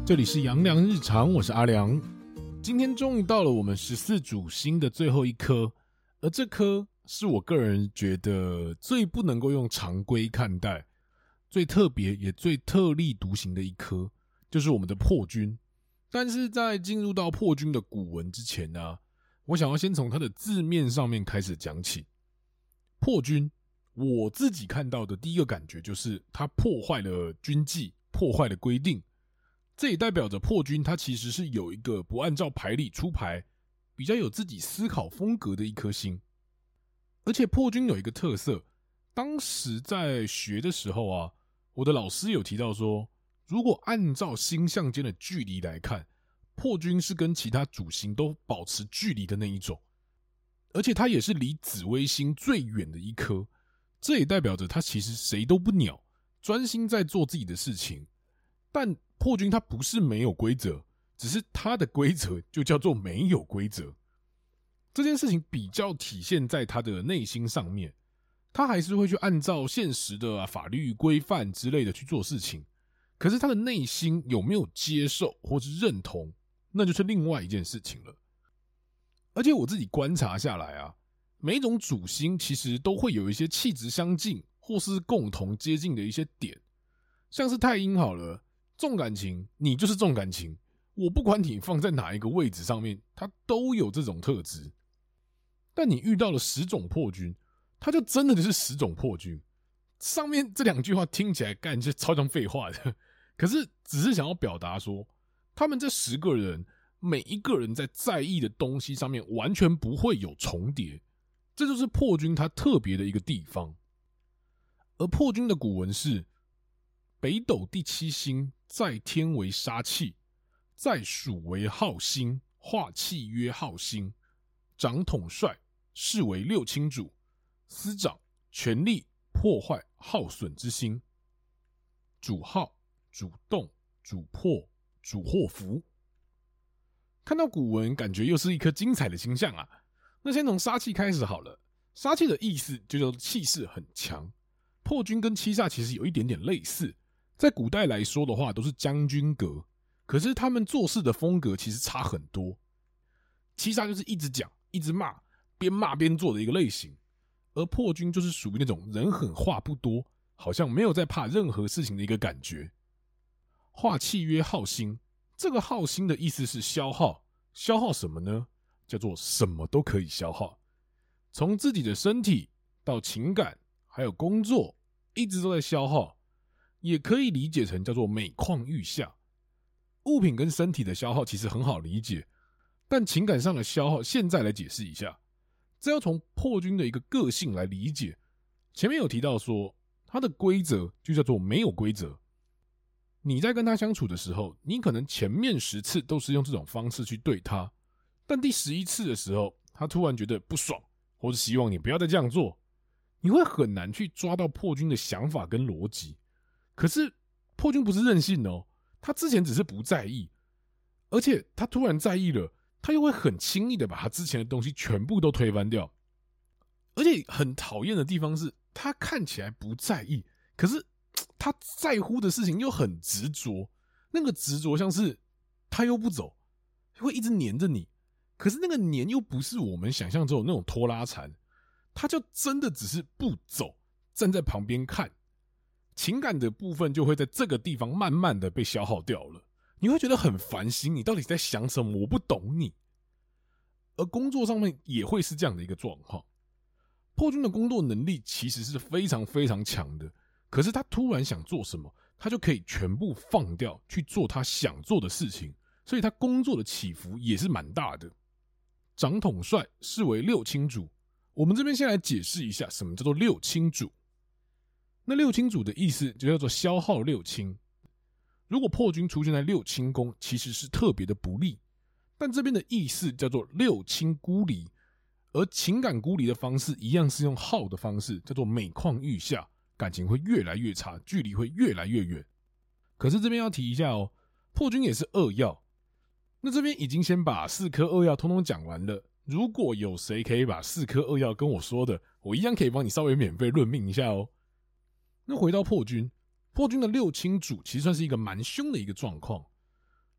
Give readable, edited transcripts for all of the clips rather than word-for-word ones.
这里是杨良日常，我是阿良。今天终于到了我们14主星的最后一颗，而这颗是我个人觉得最不能够用常规看待，最特别也最特立独行的一颗，就是我们的破军。但是在进入到破军的古文之前呢，我想要先从它的字面上面开始讲起。破军，我自己看到的第一个感觉就是它破坏了军纪，破坏了规定。这也代表着破军他其实是有一个不按照牌理出牌，比较有自己思考风格的一颗星。而且破军有一个特色，当时在学的时候啊，我的老师有提到说，如果按照星象间的距离来看，破军是跟其他主星都保持距离的那一种，而且它也是离紫微星最远的一颗。这也代表着他其实谁都不鸟，专心在做自己的事情。但破军它不是没有规则，只是它的规则就叫做没有规则。这件事情比较体现在他的内心上面，他还是会去按照现实的法律规范之类的去做事情，可是他的内心有没有接受或是认同，那就是另外一件事情了。而且我自己观察下来啊，每一种主星其实都会有一些气质相近或是共同接近的一些点，像是太阴好了，重感情你就是重感情，我不管你放在哪一个位置上面，它都有这种特质。但你遇到了10种破军，它就真的就是10种破军。上面这2句话听起来干就超像废话的，可是只是想要表达说，他们这10个人每一个人在意的东西上面完全不会有重叠，这就是破军它特别的一个地方。而破军的古文是北斗第7星，在天为杀气，在属为耗星，化气曰耗星，掌统帅，是为六亲主，司掌权力破坏耗损之星，主耗、主动、主破、主祸福。看到古文感觉又是一颗精彩的星象啊。那先从杀气开始好了。杀气的意思就叫做气势很强，破军跟七煞其实有一点点类似，在古代来说的话都是将军格，可是他们做事的风格其实差很多。七煞就是一直讲一直骂，边骂边做的一个类型，而破军就是属于那种人狠话不多，好像没有在怕任何事情的一个感觉。化气曰耗星，这个耗星的意思是消耗，消耗什么呢？叫做什么都可以消耗，从自己的身体到情感还有工作一直都在消耗，也可以理解成叫做每况愈下。物品跟身体的消耗其实很好理解，但情感上的消耗现在来解释一下。这要从破军的一个个性来理解。前面有提到说他的规则就叫做没有规则，你在跟他相处的时候，你可能前面10次都是用这种方式去对他，但第11次的时候他突然觉得不爽，或是希望你不要再这样做，你会很难去抓到破军的想法跟逻辑。可是破军不是任性哦，他之前只是不在意，而且他突然在意了，他又会很轻易的把他之前的东西全部都推翻掉。而且很讨厌的地方是，他看起来不在意，可是他在乎的事情又很执着，那个执着像是他又不走，会一直黏着你，可是那个黏又不是我们想象中的那种拖拉缠，他就真的只是不走，站在旁边看。情感的部分就会在这个地方慢慢的被消耗掉了，你会觉得很烦心，你到底在想什么？我不懂你。而工作上面也会是这样的一个状况。破军的工作能力其实是非常非常强的，可是他突然想做什么，他就可以全部放掉去做他想做的事情，所以他工作的起伏也是蛮大的。掌统帅是为六亲主，我们这边先来解释一下什么叫做六亲主。那六亲主的意思就叫做消耗六亲。如果破军出现在六亲宫，其实是特别的不利，但这边的意思叫做六亲孤离，而情感孤离的方式一样是用耗的方式，叫做每况愈下，感情会越来越差，距离会越来越远。可是这边要提一下哦，破军也是2曜，那这边已经先把4颗2曜通通讲完了，如果有谁可以把4颗2曜跟我说的，我一样可以帮你稍微免费论命一下哦。那回到破军，破军的六亲主其实算是一个蛮凶的一个状况。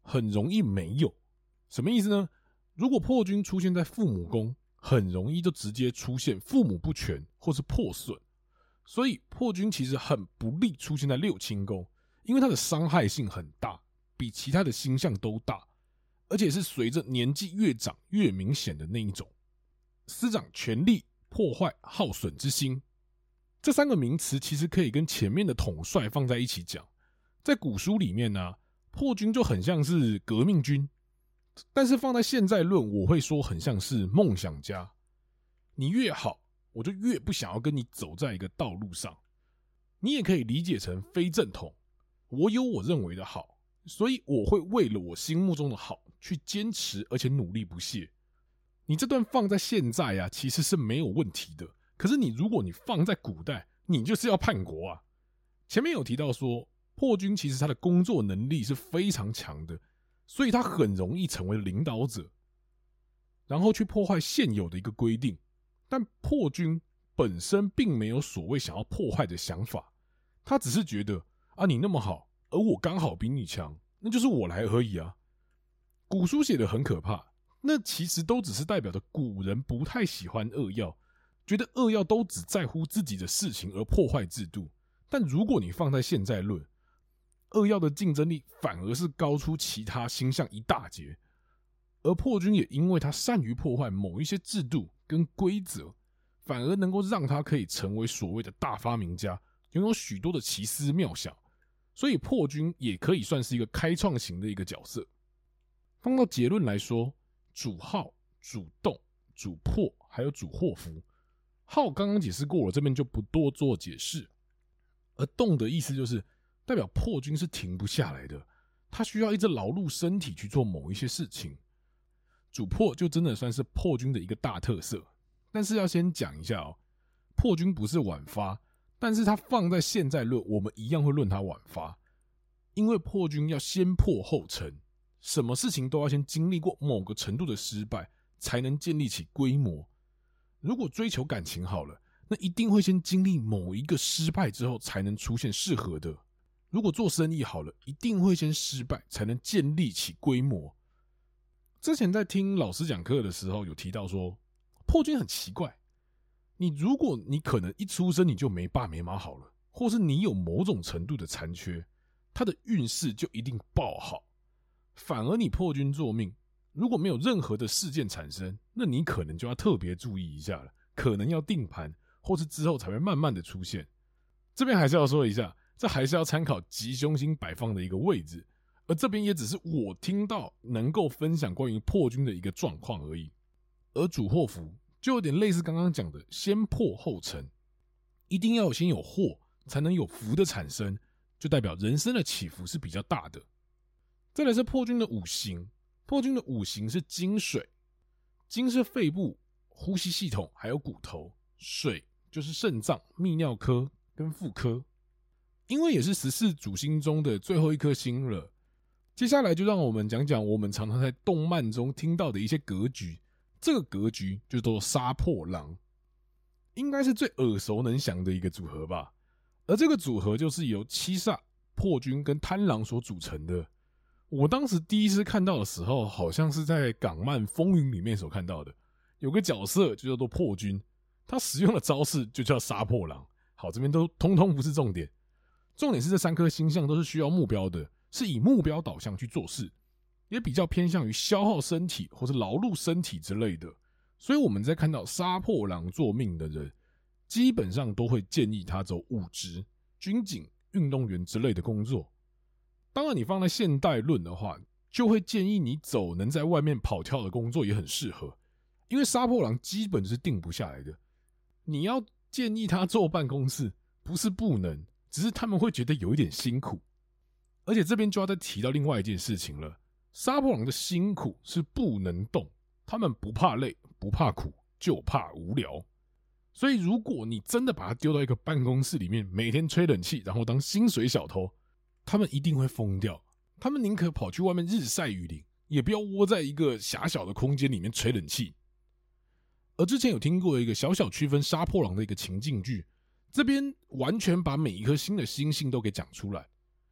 很容易没有。什么意思呢？如果破军出现在父母宫，很容易就直接出现父母不全或是破损。所以破军其实很不利出现在六亲宫，因为它的伤害性很大，比其他的星象都大，而且是随着年纪越长越明显的那一种。司掌权力、破坏、耗损之星，这三个名词其实可以跟前面的统帅放在一起讲。在古书里面呢，破军就很像是革命军，但是放在现在论，我会说很像是梦想家。你越好，我就越不想要跟你走在一个道路上。你也可以理解成非正统，我有我认为的好，所以我会为了我心目中的好去坚持，而且努力不懈。你这段放在现在啊，其实是没有问题的。可是如果你放在古代，你就是要叛国啊。前面有提到说，破军其实他的工作能力是非常强的，所以他很容易成为领导者，然后去破坏现有的一个规定。但破军本身并没有所谓想要破坏的想法，他只是觉得啊，你那么好，而我刚好比你强，那就是我来而已啊。古书写的很可怕，那其实都只是代表着古人不太喜欢恶药，觉得恶药都只在乎自己的事情而破坏制度。但如果你放在现在论，恶药的竞争力反而是高出其他星象一大截，而破军也因为他善于破坏某一些制度跟规则，反而能够让他可以成为所谓的大发明家，拥有许多的奇思妙想，所以破军也可以算是一个开创型的一个角色。放到结论来说，主耗、主动、主破还有主祸福。耗刚刚解释过了，这边就不多做解释。而动的意思就是代表破军是停不下来的，他需要一直劳碌身体去做某一些事情。主破就真的算是破军的一个大特色。但是要先讲一下哦，破军不是晚发，但是他放在现在论，我们一样会论他晚发，因为破军要先破后成，什么事情都要先经历过某个程度的失败，才能建立起规模。如果追求感情好了，那一定会先经历某一个失败之后，才能出现适合的。如果做生意好了，一定会先失败，才能建立起规模。之前在听老师讲课的时候，有提到说，破军很奇怪，如果你可能一出生你就没爸没妈好了，或是你有某种程度的残缺，他的运势就一定爆好。反而你破军坐命，如果没有任何的事件产生，那你可能就要特别注意一下了，可能要定盘，或是之后才会慢慢的出现。这边还是要说一下，这还是要参考吉凶星摆放的一个位置，而这边也只是我听到能够分享关于破军的一个状况而已。而主祸福就有点类似刚刚讲的先破后成，一定要先有祸才能有福的产生，就代表人生的起伏是比较大的。再来是破军的五行，破军的五行是金水，金是肺部、呼吸系统还有骨头，水就是肾脏、泌尿科跟妇科。因为也是14主星中的最后一颗星了，接下来就让我们讲讲我们常常在动漫中听到的一些格局。这个格局就叫做杀破狼，应该是最耳熟能详的一个组合吧。而这个组合就是由七煞、破军跟贪狼所组成的。我当时第一次看到的时候，好像是在港漫《风云》里面所看到的，有个角色就叫做破军，他使用的招式就叫杀破狼。好，这边都通通不是重点，重点是这三颗星象都是需要目标的，是以目标导向去做事，也比较偏向于消耗身体或是劳碌身体之类的。所以我们在看到杀破狼做命的人，基本上都会建议他走武职、军警、运动员之类的工作。当然你放在现代论的话，就会建议你走能在外面跑跳的工作也很适合，因为杀破狼基本是定不下来的。你要建议他坐办公室，不是不能，只是他们会觉得有一点辛苦。而且这边就要再提到另外一件事情了，杀破狼的辛苦是不能动，他们不怕累，不怕苦，就怕无聊。所以如果你真的把他丢到一个办公室里面，每天吹冷气，然后当薪水小偷，他们一定会疯掉。他们宁可跑去外面日晒雨淋，也不要窝在一个狭小的空间里面吹冷气。而之前有听过一个小小区分杀破狼的一个情境剧，这边完全把每一颗星的星性都给讲出来。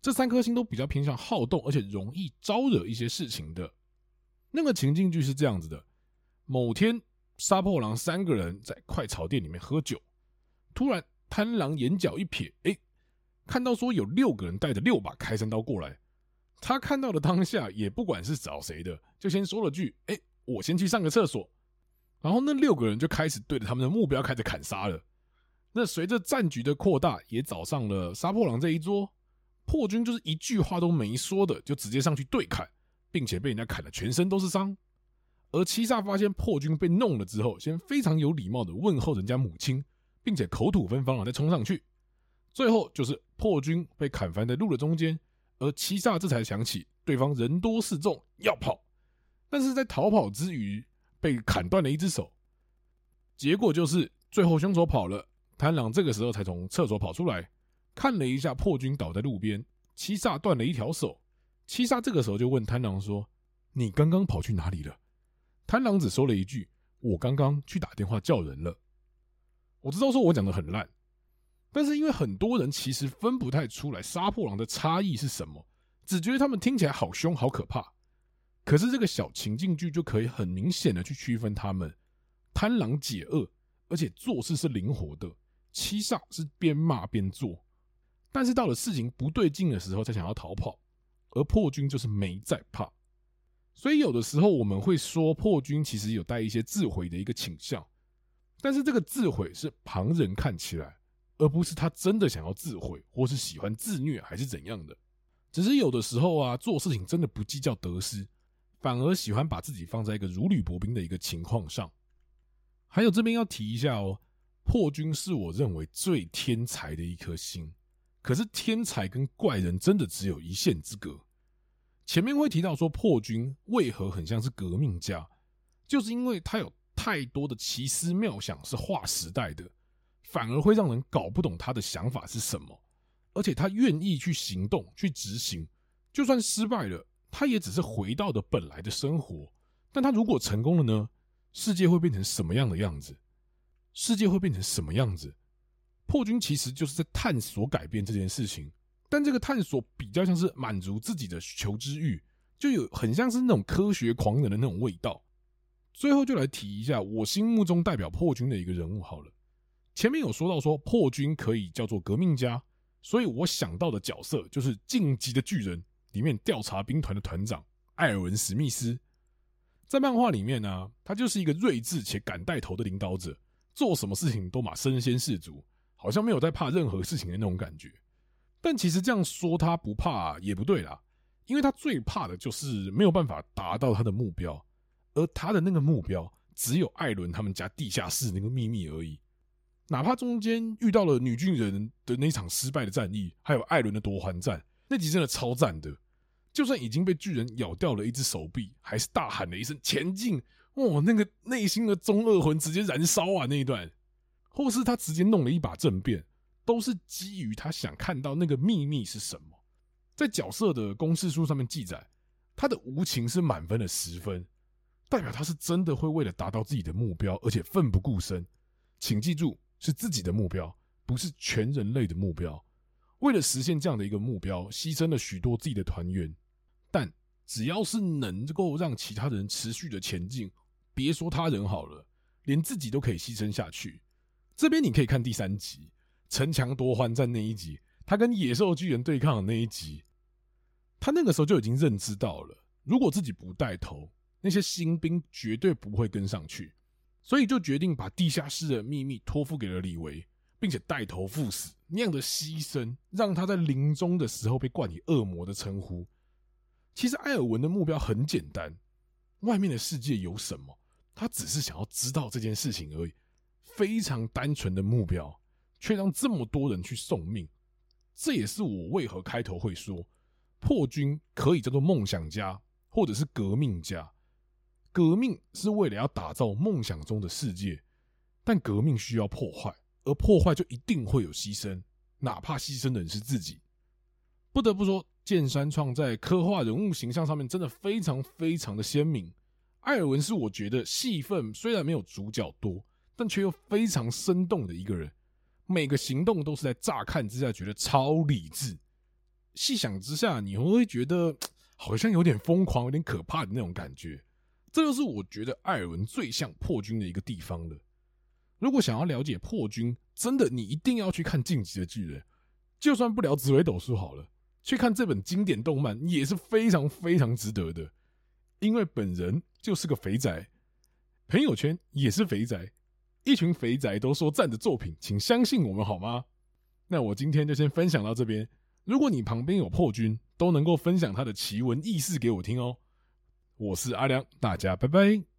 这3颗星都比较偏向好动，而且容易招惹一些事情的。那个情境剧是这样子的：某天，杀破狼3个人在快炒店里面喝酒，突然贪狼眼角一瞥，看到说有6个人带着6把开山刀过来。他看到的当下也不管是找谁的，就先说了句：我先去上个厕所。然后那6个人就开始对着他们的目标开始砍杀了。那随着战局的扩大，也找上了杀破狼这一桌。破军就是一句话都没说的，就直接上去对砍，并且被人家砍得全身都是伤。而七煞发现破军被弄了之后，先非常有礼貌的问候人家母亲，并且口吐芬芳再冲上去。最后就是破军被砍翻在路的中间，而七煞这才想起对方人多势众要跑，但是在逃跑之余被砍断了一只手。结果就是最后凶手跑了，贪狼这个时候才从厕所跑出来，看了一下破军倒在路边，七煞断了一条手。七煞这个时候就问贪狼说：“你刚刚跑去哪里了？”贪狼只说了一句：“我刚刚去打电话叫人了。”我知道说我讲的很烂，但是因为很多人其实分不太出来杀破狼的差异是什么，只觉得他们听起来好凶好可怕。可是这个小情境剧就可以很明显的去区分他们。贪狼解厄，而且做事是灵活的；七煞是边骂边做，但是到了事情不对劲的时候才想要逃跑，而破军就是没在怕。所以有的时候我们会说破军其实有带一些自毁的一个倾向，但是这个自毁是旁人看起来，而不是他真的想要自毁，或是喜欢自虐还是怎样的。只是有的时候啊，做事情真的不计较得失，反而喜欢把自己放在一个如履薄冰的一个情况上。还有这边要提一下哦，破军是我认为最天才的一颗星，可是天才跟怪人真的只有一线之隔。前面会提到说破军为何很像是革命家，就是因为他有太多的奇思妙想是划时代的，反而会让人搞不懂他的想法是什么，而且他愿意去行动去执行，就算失败了，他也只是回到了本来的生活。但他如果成功了呢？世界会变成什么样的样子？世界会变成什么样子？破军其实就是在探索改变这件事情，但这个探索比较像是满足自己的求知欲，就有很像是那种科学狂人的那种味道。最后就来提一下我心目中代表破军的一个人物好了。前面有说到说破军可以叫做革命家，所以我想到的角色就是《晋级的巨人》里面调查兵团的团长艾尔文·史密斯。在漫画里面呢，他就是一个睿智且敢带头的领导者，做什么事情都身先士卒，好像没有在怕任何事情的那种感觉。但其实这样说他不怕也不对啦，因为他最怕的就是没有办法达到他的目标，而他的那个目标只有艾伦他们家地下室那个秘密而已。哪怕中间遇到了女巨人的那场失败的战役，还有艾伦的夺环战，那集真的超赞的。就算已经被巨人咬掉了一只手臂，还是大喊了一声前进，那个内心的中二魂直接燃烧啊那一段。或是他直接弄了一把政变，都是基于他想看到那个秘密是什么。在角色的公式书上面记载，他的无情是满分的10分，代表他是真的会为了达到自己的目标而且奋不顾身。请记住，是自己的目标，不是全人类的目标。为了实现这样的一个目标，牺牲了许多自己的团员，但只要是能够让其他人持续的前进，别说他人好了，连自己都可以牺牲下去。这边你可以看第3集城墙夺环战那一集，他跟野兽巨人对抗的那一集，他那个时候就已经认知到了，如果自己不带头，那些新兵绝对不会跟上去，所以就决定把地下室的秘密托付给了李维，并且带头赴死。那样的牺牲让他在临终的时候被冠以恶魔的称呼。其实艾尔文的目标很简单，外面的世界有什么，他只是想要知道这件事情而已，非常单纯的目标，却让这么多人去送命。这也是我为何开头会说破军可以叫做梦想家或者是革命家。革命是为了要打造梦想中的世界，但革命需要破坏，而破坏就一定会有牺牲，哪怕牺牲的人是自己。不得不说，剑山创在刻画人物形象上面真的非常非常的鲜明。艾尔文是我觉得戏份虽然没有主角多，但却又非常生动的一个人，每个行动都是在乍看之下觉得超理智。 细想之下，你会觉得好像有点疯狂、有点可怕的那种感觉。这就是我觉得艾尔文最像破军的一个地方了。如果想要了解破军，真的你一定要去看《进击的巨人》，就算不聊紫微斗数好了，去看这本经典动漫也是非常非常值得的。因为本人就是个肥宅，朋友圈也是肥宅，一群肥宅都说赞的作品，请相信我们好吗？那我今天就先分享到这边。如果你旁边有破军，都能够分享他的奇闻异事给我听哦。我是阿良，大家拜拜。